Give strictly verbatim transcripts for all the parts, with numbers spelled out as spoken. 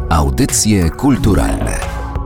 Audycje kulturalne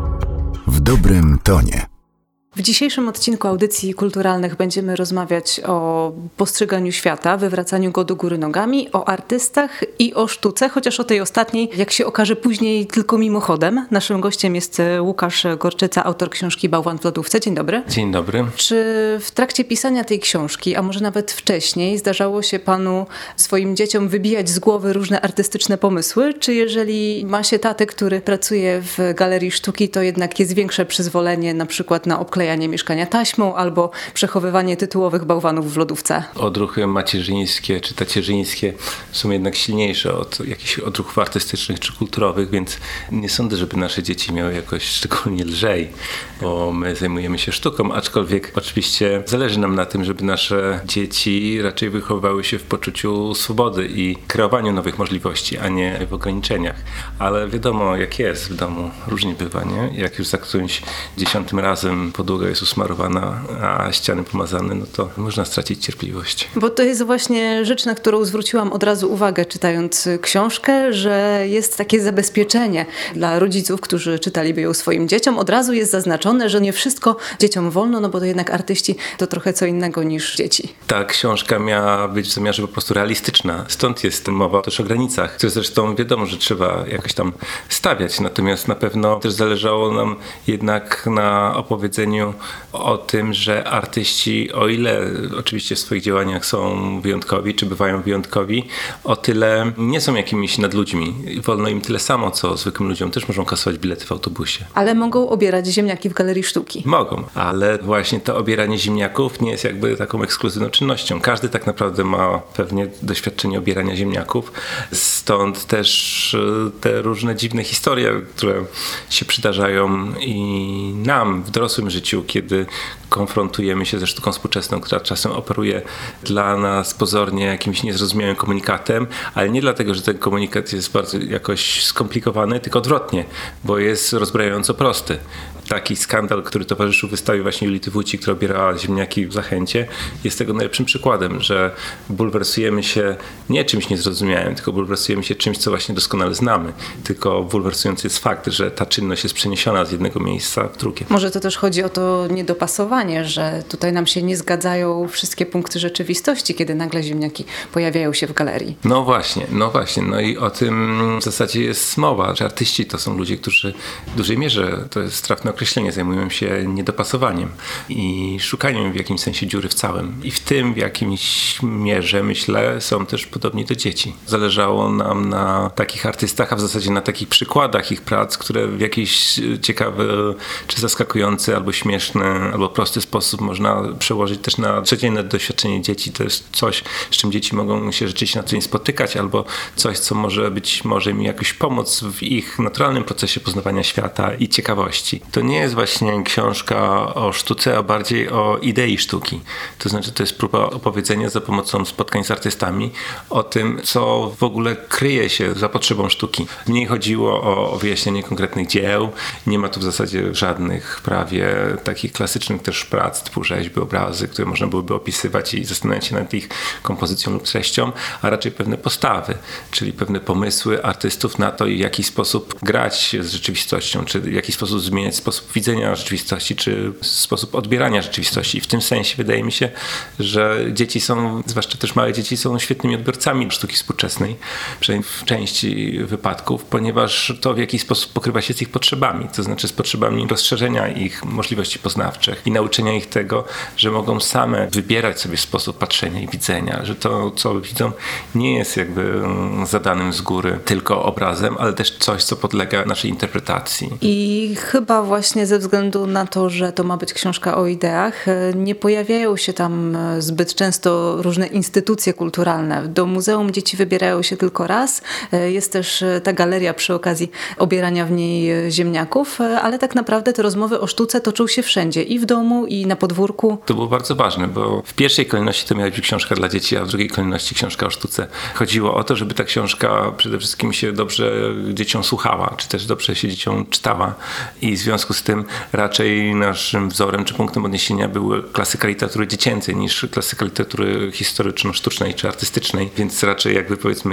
w dobrym tonie. W dzisiejszym odcinku Audycji Kulturalnych będziemy rozmawiać o postrzeganiu świata, wywracaniu go do góry nogami, o artystach i o sztuce, chociaż o tej ostatniej, jak się okaże później, tylko mimochodem. Naszym gościem jest Łukasz Gorczyca, autor książki Bałwan w lodówce. Dzień dobry. Dzień dobry. Czy w trakcie pisania tej książki, a może nawet wcześniej, zdarzało się panu swoim dzieciom wybijać z głowy różne artystyczne pomysły? Czy jeżeli ma się tatę, który pracuje w galerii sztuki, to jednak jest większe przyzwolenie na przykład na obklejanie mieszkania taśmą albo przechowywanie tytułowych bałwanów w lodówce? Odruchy macierzyńskie czy tacierzyńskie są jednak silniejsze od jakichś odruchów artystycznych czy kulturowych, więc nie sądzę, żeby nasze dzieci miały jakoś szczególnie lżej, bo my zajmujemy się sztuką, aczkolwiek oczywiście zależy nam na tym, żeby nasze dzieci raczej wychowywały się w poczuciu swobody i kreowaniu nowych możliwości, a nie w ograniczeniach. Ale wiadomo, jak jest w domu, różnie bywa, nie? Jak już za którymś dziesiątym razem podłoga jest usmarowana, a ściany pomazane, no to można stracić cierpliwość. Bo to jest właśnie rzecz, na którą zwróciłam od razu uwagę, czytając książkę, że jest takie zabezpieczenie dla rodziców, którzy czytaliby ją swoim dzieciom. Od razu jest zaznaczone, że nie wszystko dzieciom wolno, no bo to jednak artyści to trochę co innego niż dzieci. Ta książka miała być w zamiarze po prostu realistyczna. Stąd jest mowa też o granicach, które zresztą wiadomo, że trzeba jakoś tam stawiać. Natomiast na pewno też zależało nam jednak na opowiedzeniu o tym, że artyści, o ile oczywiście w swoich działaniach są wyjątkowi, czy bywają wyjątkowi, o tyle nie są jakimiś nadludźmi. Wolno im tyle samo, co zwykłym ludziom. Też mogą kasować bilety w autobusie. Ale mogą obierać ziemniaki w galerii sztuki. Mogą, ale właśnie to obieranie ziemniaków nie jest jakby taką ekskluzywną czynnością. Każdy tak naprawdę ma pewnie doświadczenie obierania ziemniaków. Stąd też te różne dziwne historie, które się przydarzają i nam w dorosłym życiu, kiedy konfrontujemy się ze sztuką współczesną, która czasem operuje dla nas pozornie jakimś niezrozumiałym komunikatem, ale nie dlatego, że ten komunikat jest bardzo jakoś skomplikowany, tylko odwrotnie, bo jest rozbrajająco prosty. Taki skandal, który towarzyszył wystawie właśnie Julity Wójcik, która obierała ziemniaki w Zachęcie, jest tego najlepszym przykładem, że bulwersujemy się nie czymś niezrozumiałym, tylko bulwersujemy się czymś, co właśnie doskonale znamy. Tylko bulwersujący jest fakt, że ta czynność jest przeniesiona z jednego miejsca w drugie. Może to też chodzi o to niedopasowanie, że tutaj nam się nie zgadzają wszystkie punkty rzeczywistości, kiedy nagle ziemniaki pojawiają się w galerii. No właśnie, no właśnie. No i o tym w zasadzie jest mowa, że artyści to są ludzie, którzy w dużej mierze, to jest trafne określenie, zajmują się niedopasowaniem i szukaniem w jakimś sensie dziury w całym. I w tym w jakimś mierze, myślę, są też podobni do dzieci. Zależało nam na takich artystach, a w zasadzie na takich przykładach ich prac, które w jakiś ciekawy, czy zaskakujący, albo śmieszny, albo prosty sposób można przełożyć też na codzienne doświadczenie dzieci. To jest coś, z czym dzieci mogą się rzeczywiście na co dzień spotykać, albo coś, co może być, może im jakoś pomóc w ich naturalnym procesie poznawania świata i ciekawości. To nie jest właśnie książka o sztuce, a bardziej o idei sztuki. To znaczy, to jest próba opowiedzenia za pomocą spotkań z artystami o tym, co w ogóle kryje się za potrzebą sztuki. Mniej chodziło o, o wyjaśnienie konkretnych dzieł. Nie ma tu w zasadzie żadnych prawie takich klasycznych też prac, typu rzeźby, obrazy, które można byłoby opisywać i zastanawiać się nad ich kompozycją lub treścią, a raczej pewne postawy, czyli pewne pomysły artystów na to, w jaki sposób grać z rzeczywistością, czy w jaki sposób zmieniać sposób widzenia rzeczywistości, czy sposób odbierania rzeczywistości. I w tym sensie wydaje mi się, że dzieci są, zwłaszcza też małe dzieci, są świetnymi odbiorcami sztuki współczesnej, przynajmniej w części wypadków, ponieważ to w jakiś sposób pokrywa się z ich potrzebami, to znaczy z potrzebami rozszerzenia ich możliwości poznawczych i nauczenia ich tego, że mogą same wybierać sobie sposób patrzenia i widzenia, że to, co widzą, nie jest jakby zadanym z góry tylko obrazem, ale też coś, co podlega naszej interpretacji. I chyba właśnie ze względu na to, że to ma być książka o ideach, nie pojawiają się tam zbyt często różne instytucje kulturalne. Do muzeum dzieci wybierają się tylko raz. Jest też ta galeria przy okazji obierania w niej ziemniaków, ale tak naprawdę te rozmowy o sztuce toczą się wszędzie. I w domu, i na podwórku. To było bardzo ważne, bo w pierwszej kolejności to miała być książka dla dzieci, a w drugiej kolejności książka o sztuce. Chodziło o to, żeby ta książka przede wszystkim się dobrze dzieciom słuchała, czy też dobrze się dzieciom czytała. I w związku z tym raczej naszym wzorem czy punktem odniesienia były klasyka literatury dziecięcej niż klasyka literatury historyczno-sztucznej czy artystycznej, więc raczej jakby powiedzmy dzieci z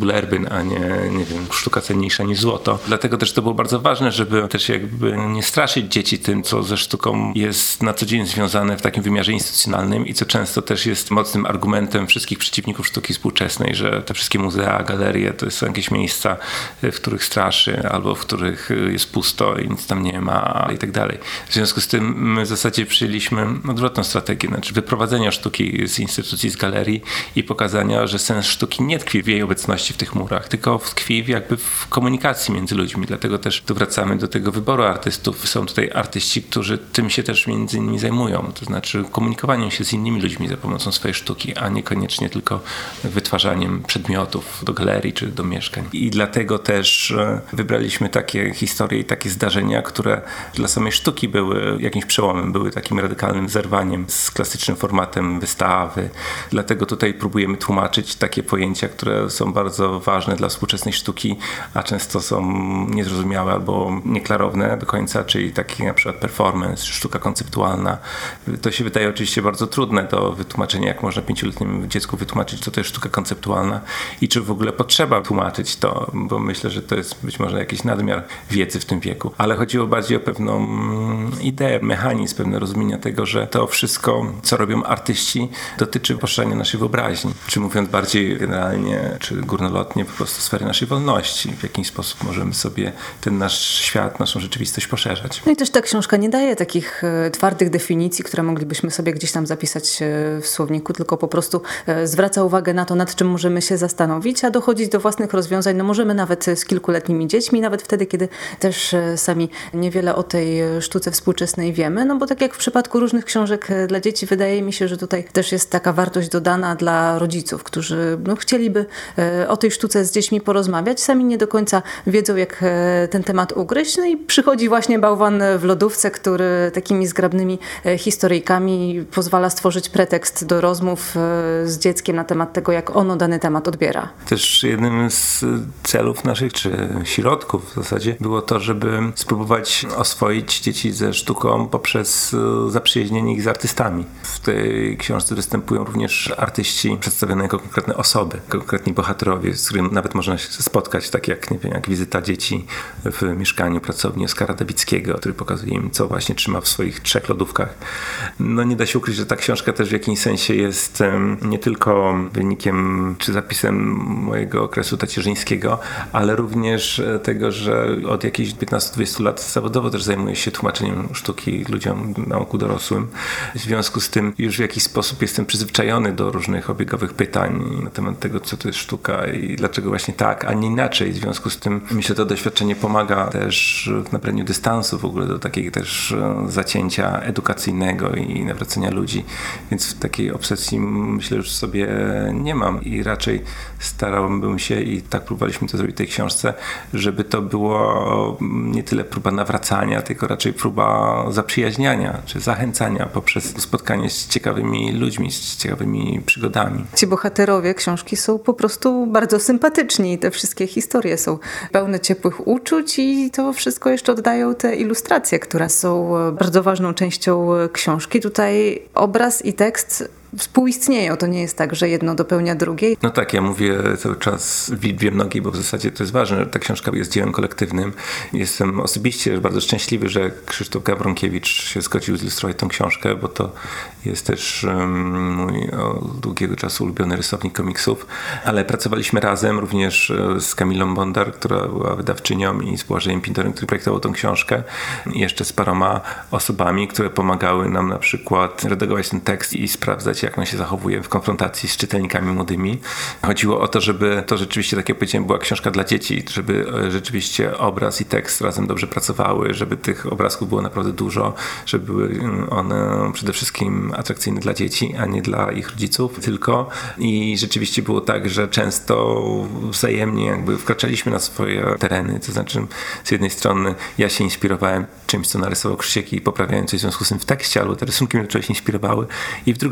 Bullerbyn, a nie, nie wiem, sztuka cenniejsza niż złoto. Dlatego też to było bardzo ważne, żeby też jakby nie straszyć dzieci tym, co ze sztuką jest na co dzień związane w takim wymiarze instytucjonalnym i co często też jest mocnym argumentem wszystkich przeciwników sztuki współczesnej, że te wszystkie muzea, galerie to są jakieś miejsca, w których straszy albo w których jest pusto i nic tam nie ma i tak dalej. W związku z tym my w zasadzie przyjęliśmy odwrotną strategię, znaczy wyprowadzenia sztuki z instytucji, z galerii i pokazania, że sens sztuki nie tkwi w jej obecności w tych murach, tylko tkwi w jakby w komunikacji między ludźmi. Dlatego też tu wracamy do tego wyboru artystów. Są tutaj artyści, którzy tym się też między innymi zajmują, to znaczy komunikowaniem się z innymi ludźmi za pomocą swojej sztuki, a niekoniecznie tylko wytwarzaniem przedmiotów do galerii czy do mieszkań. I dlatego też wybraliśmy takie historie i takie zdarzenia, które dla samej sztuki były jakimś przełomem, były takim radykalnym zerwaniem z klasycznym formatem wystawy. Dlatego tutaj próbujemy tłumaczyć takie pojęcia, które są bardzo ważne dla współczesnej sztuki, a często są niezrozumiałe albo nieklarowne do końca, czyli taki na przykład performance, sztuka konceptualna. To się wydaje oczywiście bardzo trudne do wytłumaczenia, jak można pięcioletniemu dziecku wytłumaczyć, co to jest sztuka konceptualna i czy w ogóle potrzeba tłumaczyć to, bo myślę, że to jest być może jakiś nadmiar wiedzy w tym wieku. Ale chodziło bardziej o pewną ideę, mechanizm, pewne rozumienie tego, że to wszystko, co robią artyści, dotyczy poszerzania naszej wyobraźni. Czy mówiąc bardziej generalnie, czy górnolotnie, po prostu sfery naszej wolności. W jakiś sposób możemy sobie ten nasz świat, naszą rzeczywistość poszerzać. No i też ta książka nie daje takich e, twardych definicji, które moglibyśmy sobie gdzieś tam zapisać e, w słowniku, tylko po prostu e, zwraca uwagę na to, nad czym możemy się zastanowić, a dochodzić do własnych rozwiązań. No możemy nawet z kilkuletnimi dziećmi, nawet wtedy, kiedy też e, sami niewiele o tej sztuce współczesnej wiemy, no bo tak jak w przypadku różnych książek e, dla dzieci, wydaje mi się, że tutaj też jest taka wartość dodana dla rodziców, którzy no, chcieliby e, o tej sztuce z dziećmi porozmawiać, sami nie do końca wiedzą, jak e, ten temat ugryźć, no i przychodzi właśnie bałwan w lodówce, który takimi zgrabnymi e, historyjkami pozwala stworzyć pretekst do rozmów e, z dzieckiem na temat tego, jak ono dany temat odbiera. Też jednym z celów naszych, czy środków w zasadzie, było to, żeby spróbować oswoić dzieci ze sztuką poprzez zaprzyjaźnienie ich z artystami. W tej książce występują również artyści przedstawione jako konkretne osoby, konkretni bohaterowie, z którymi nawet można się spotkać, tak jak, nie wiem, jak wizyta dzieci w mieszkaniu pracowni Oskara Dawickiego, który pokazuje im, co właśnie trzyma w swoich trzech lodówkach. No nie da się ukryć, że ta książka też w jakimś sensie jest nie tylko wynikiem czy zapisem mojego okresu tacierzyńskiego, ale również tego, że od jakichś piętnastu dwudziestu lat zawodowo też zajmuję się tłumaczeniem sztuki ludziom na oku dorosłym. W związku z tym już w jakiś sposób jestem przyzwyczajony do różnych obiegowych pytań na temat tego, co to jest sztuka i dlaczego właśnie tak, a nie inaczej. W związku z tym myślę, że to doświadczenie pomaga też w nabraniu dystansu w ogóle do takiego też zacięcia edukacyjnego i nawracania ludzi. Więc w takiej obsesji myślę, że sobie nie mam i raczej starałbym się i tak próbowaliśmy to zrobić w tej książce, żeby to było nie tyle próba nawracania, tylko raczej próba zaprzyjaźniania czy zachęcania poprzez spotkanie z ciekawymi ludźmi, z ciekawymi przygodami. Ci bohaterowie książki są po prostu bardzo sympatyczni. Te wszystkie historie są pełne ciepłych uczuć i to wszystko jeszcze oddają te ilustracje, które są bardzo ważną częścią książki. Tutaj obraz i tekst współistnieją. To nie jest tak, że jedno dopełnia drugie. No tak, ja mówię cały czas w liczbie mnogiej, bo w zasadzie to jest ważne. Ta książka jest dziełem kolektywnym. Jestem osobiście bardzo szczęśliwy, że Krzysztof Gawronkiewicz się zgodził zilustrować tą książkę, bo to jest też um, mój od długiego czasu ulubiony rysownik komiksów. Ale pracowaliśmy razem również z Kamilą Bondar, która była wydawczynią, i z Błażejem Pintorem, który projektował tą książkę. I jeszcze z paroma osobami, które pomagały nam na przykład redagować ten tekst i sprawdzać, jak on się zachowuje w konfrontacji z czytelnikami młodymi. Chodziło o to, żeby to rzeczywiście, tak jak powiedziałem, była książka dla dzieci, żeby rzeczywiście obraz i tekst razem dobrze pracowały, żeby tych obrazków było naprawdę dużo, żeby były one przede wszystkim atrakcyjne dla dzieci, a nie dla ich rodziców tylko. I rzeczywiście było tak, że często wzajemnie jakby wkraczaliśmy na swoje tereny, to znaczy z jednej strony ja się inspirowałem czymś, co narysował Krzysiek i poprawiałem coś w związku z tym w tekście, albo te rysunki mnie do czegoś inspirowały, i w drugą stronę,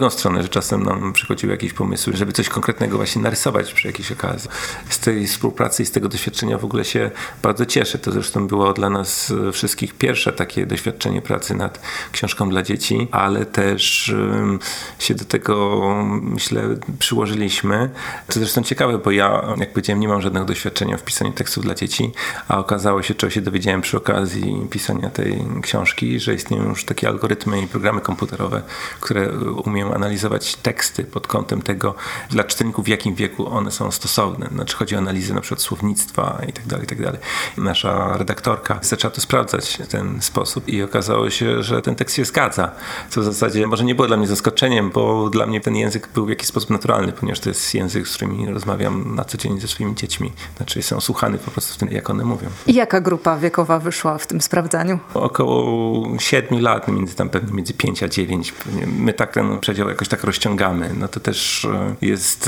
że czasem nam przychodziły jakieś pomysły, żeby coś konkretnego właśnie narysować przy jakiejś okazji. Z tej współpracy i z tego doświadczenia w ogóle się bardzo cieszę. To zresztą było dla nas wszystkich pierwsze takie doświadczenie pracy nad książką dla dzieci, ale też się do tego, myślę, przyłożyliśmy. To zresztą ciekawe, bo ja, jak powiedziałem, nie mam żadnego doświadczenia w pisaniu tekstów dla dzieci, a okazało się, czego się dowiedziałem przy okazji pisania tej książki, że istnieją już takie algorytmy i programy komputerowe, które umieją analizować teksty pod kątem tego, dla czytelników w jakim wieku one są stosowne. Znaczy chodzi o analizę na przykład słownictwa i tak dalej, i tak dalej. Nasza redaktorka zaczęła to sprawdzać w ten sposób i okazało się, że ten tekst się zgadza. Co w zasadzie może nie było dla mnie zaskoczeniem, bo dla mnie ten język był w jakiś sposób naturalny, ponieważ to jest język, z którymi rozmawiam na co dzień ze swoimi dziećmi. Znaczy są słuchany po prostu w tym, jak one mówią. I jaka grupa wiekowa wyszła w tym sprawdzaniu? Około siedmiu lat, między tam pewnie między pięć a dziewięć. My tak ten przedział jakoś tak rozciągamy. No to też jest,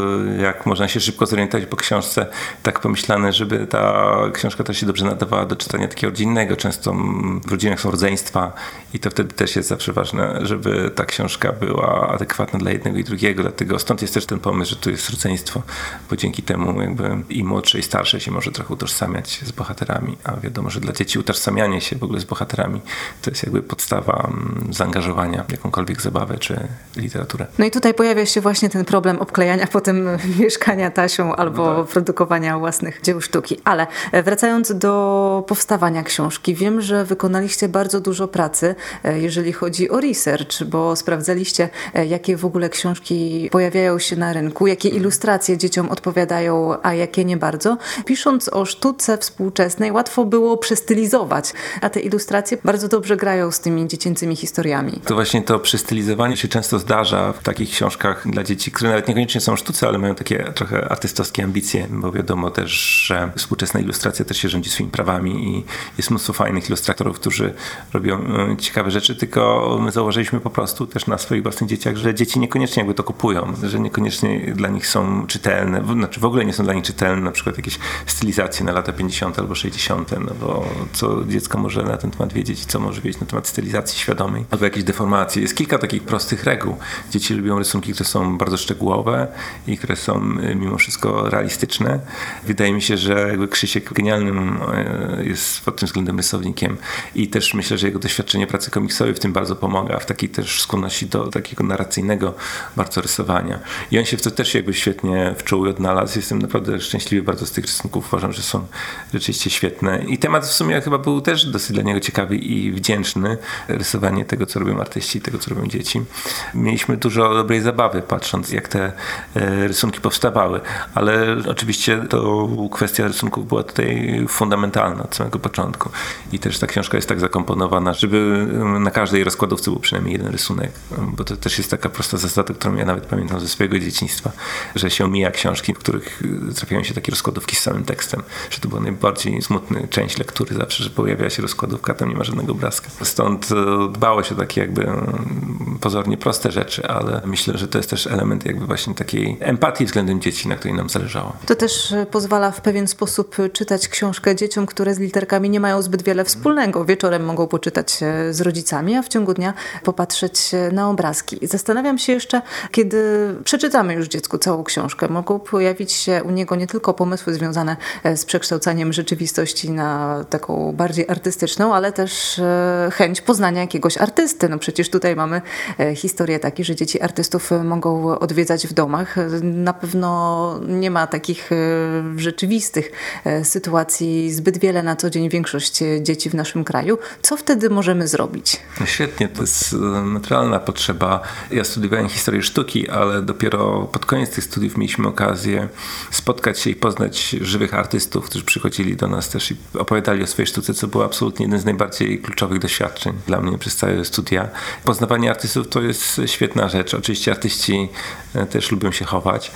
jak można się szybko zorientować po książce, tak pomyślane, żeby ta książka też się dobrze nadawała do czytania takiego rodzinnego. Często w rodzinach są rodzeństwa i to wtedy też jest zawsze ważne, żeby ta książka była adekwatna dla jednego i drugiego. Dlatego stąd jest też ten pomysł, że tu jest rodzeństwo, bo dzięki temu jakby i młodsze i starsze się może trochę utożsamiać z bohaterami, a wiadomo, że dla dzieci utożsamianie się w ogóle z bohaterami to jest jakby podstawa zaangażowania w jakąkolwiek zabawę czy literaturę. No i tutaj pojawia się właśnie ten problem obklejania potem mieszkania tasią albo no tak. produkowania własnych dzieł sztuki. Ale wracając do powstawania książki, wiem, że wykonaliście bardzo dużo pracy, jeżeli chodzi o research, bo sprawdzaliście, jakie w ogóle książki pojawiają się na rynku, jakie ilustracje dzieciom odpowiadają, a jakie nie bardzo. Pisząc o sztuce współczesnej, łatwo było przestylizować, a te ilustracje bardzo dobrze grają z tymi dziecięcymi historiami. To właśnie to przestylizowanie się często zdarza w takich książkach dla dzieci, które nawet niekoniecznie są sztuce, ale mają takie trochę artystowskie ambicje, bo wiadomo też, że współczesna ilustracja też się rządzi swoimi prawami i jest mnóstwo fajnych ilustratorów, którzy robią ciekawe rzeczy, tylko my założyliśmy po prostu też na swoich własnych dzieciach, że dzieci niekoniecznie jakby to kupują, że niekoniecznie dla nich są czytelne, znaczy w ogóle nie są dla nich czytelne, na przykład jakieś stylizacje na lata pięćdziesiąte albo sześćdziesiąte, no bo co dziecko może na ten temat wiedzieć, co może wiedzieć na temat stylizacji świadomej, albo jakieś deformacje. Jest kilka takich prostych reguł. Dzieci lubią rysunki, które są bardzo szczegółowe i które są mimo wszystko realistyczne. Wydaje mi się, że jakby Krzysiek genialnym jest pod tym względem rysownikiem i też myślę, że jego doświadczenie pracy komiksowej w tym bardzo pomaga, w takiej też skłonności do takiego narracyjnego bardzo rysowania. I on się w to też jakby świetnie wczuł i odnalazł. Jestem naprawdę szczęśliwy bardzo z tych rysunków. Uważam, że są rzeczywiście świetne. I temat w sumie chyba był też dosyć dla niego ciekawy i wdzięczny. Rysowanie tego, co robią artyści, tego, co robią dzieci. Mieliśmy dużo dobrej zabawy, patrząc, jak te rysunki powstawały. Ale oczywiście to kwestia rysunków była tutaj fundamentalna od samego początku. I też ta książka jest tak zakomponowana, żeby na każdej rozkładówce był przynajmniej jeden rysunek. Bo to też jest taka prosta zasada, którą ja nawet pamiętam ze swojego dzieciństwa, że się omija książki, w których trafiają się takie rozkładówki z samym tekstem. Że to była najbardziej smutna część lektury zawsze, że pojawia się rozkładówka, tam nie ma żadnego obrazka. Stąd dbało się o takie jakby pozornie proste rzeczy, ale myślę, że to jest też element jakby właśnie takiej empatii względem dzieci, na której nam zależało. To też pozwala w pewien sposób czytać książkę dzieciom, które z literkami nie mają zbyt wiele wspólnego. Wieczorem mogą poczytać z rodzicami, a w ciągu dnia popatrzeć na obrazki. Zastanawiam się jeszcze, kiedy przeczytamy już dziecku całą książkę, mogą pojawić się u niego nie tylko pomysły związane z przekształcaniem rzeczywistości na taką bardziej artystyczną, ale też chęć poznania jakiegoś artysty. No przecież tutaj mamy historię takie, że dzieci artystów mogą odwiedzać w domach. Na pewno nie ma takich rzeczywistych sytuacji zbyt wiele na co dzień większość dzieci w naszym kraju. Co wtedy możemy zrobić? No świetnie, to jest naturalna potrzeba. Ja studiowałem historię sztuki, ale dopiero pod koniec tych studiów mieliśmy okazję spotkać się i poznać żywych artystów, którzy przychodzili do nas też i opowiadali o swojej sztuce, co było absolutnie jednym z najbardziej kluczowych doświadczeń dla mnie przez całe studia. Poznawanie artystów to jest świetna rzecz. Oczywiście artyści też lubią się chować,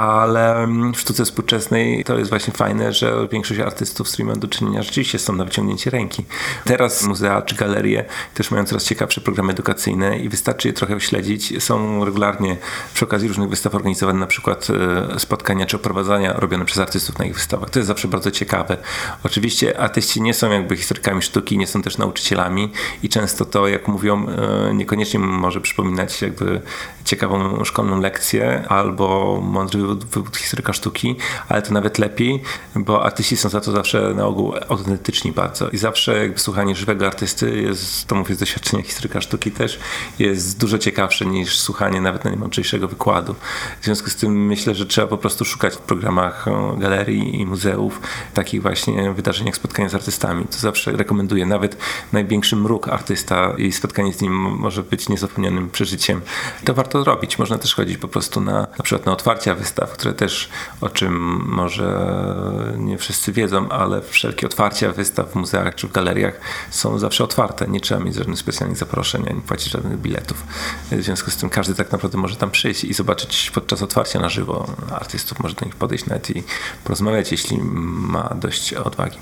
ale w sztuce współczesnej to jest właśnie fajne, że większość artystów, z którymi mam do czynienia, rzeczywiście są na wyciągnięcie ręki. Teraz muzea czy galerie też mają coraz ciekawsze programy edukacyjne i wystarczy je trochę śledzić. Są regularnie przy okazji różnych wystaw organizowane na przykład spotkania czy oprowadzania robione przez artystów na ich wystawach. To jest zawsze bardzo ciekawe. Oczywiście artyści nie są jakby historykami sztuki, nie są też nauczycielami i często to, jak mówią, niekoniecznie może przypominać jakby ciekawą szkolną lekcję albo mądry wywód historyka sztuki, ale to nawet lepiej, bo artyści są za to zawsze na ogół autentyczni bardzo i zawsze jakby słuchanie żywego artysty jest, to mówię z doświadczenia historyka sztuki też, jest dużo ciekawsze niż słuchanie nawet najmądrzejszego wykładu. W związku z tym myślę, że trzeba po prostu szukać w programach galerii i muzeów takich właśnie wydarzeń jak spotkania z artystami. To zawsze rekomenduję. Nawet największy mruk artysta i spotkanie z nim może być niezapomnianym przeżyciem. To warto robić. Można też chodzić po prostu na, na przykład na otwarcia wystaw, które też, o czym może nie wszyscy wiedzą, ale wszelkie otwarcia wystaw w muzeach czy w galeriach są zawsze otwarte. Nie trzeba mieć żadnych specjalnych zaproszeń, ani płacić żadnych biletów. W związku z tym każdy tak naprawdę może tam przyjść i zobaczyć podczas otwarcia na żywo artystów. Może do nich podejść nawet i porozmawiać, jeśli ma dość odwagi.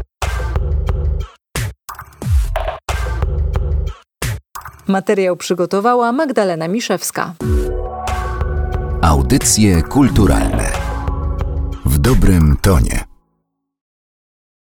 Materiał przygotowała Magdalena Miszewska. Audycje kulturalne w dobrym tonie.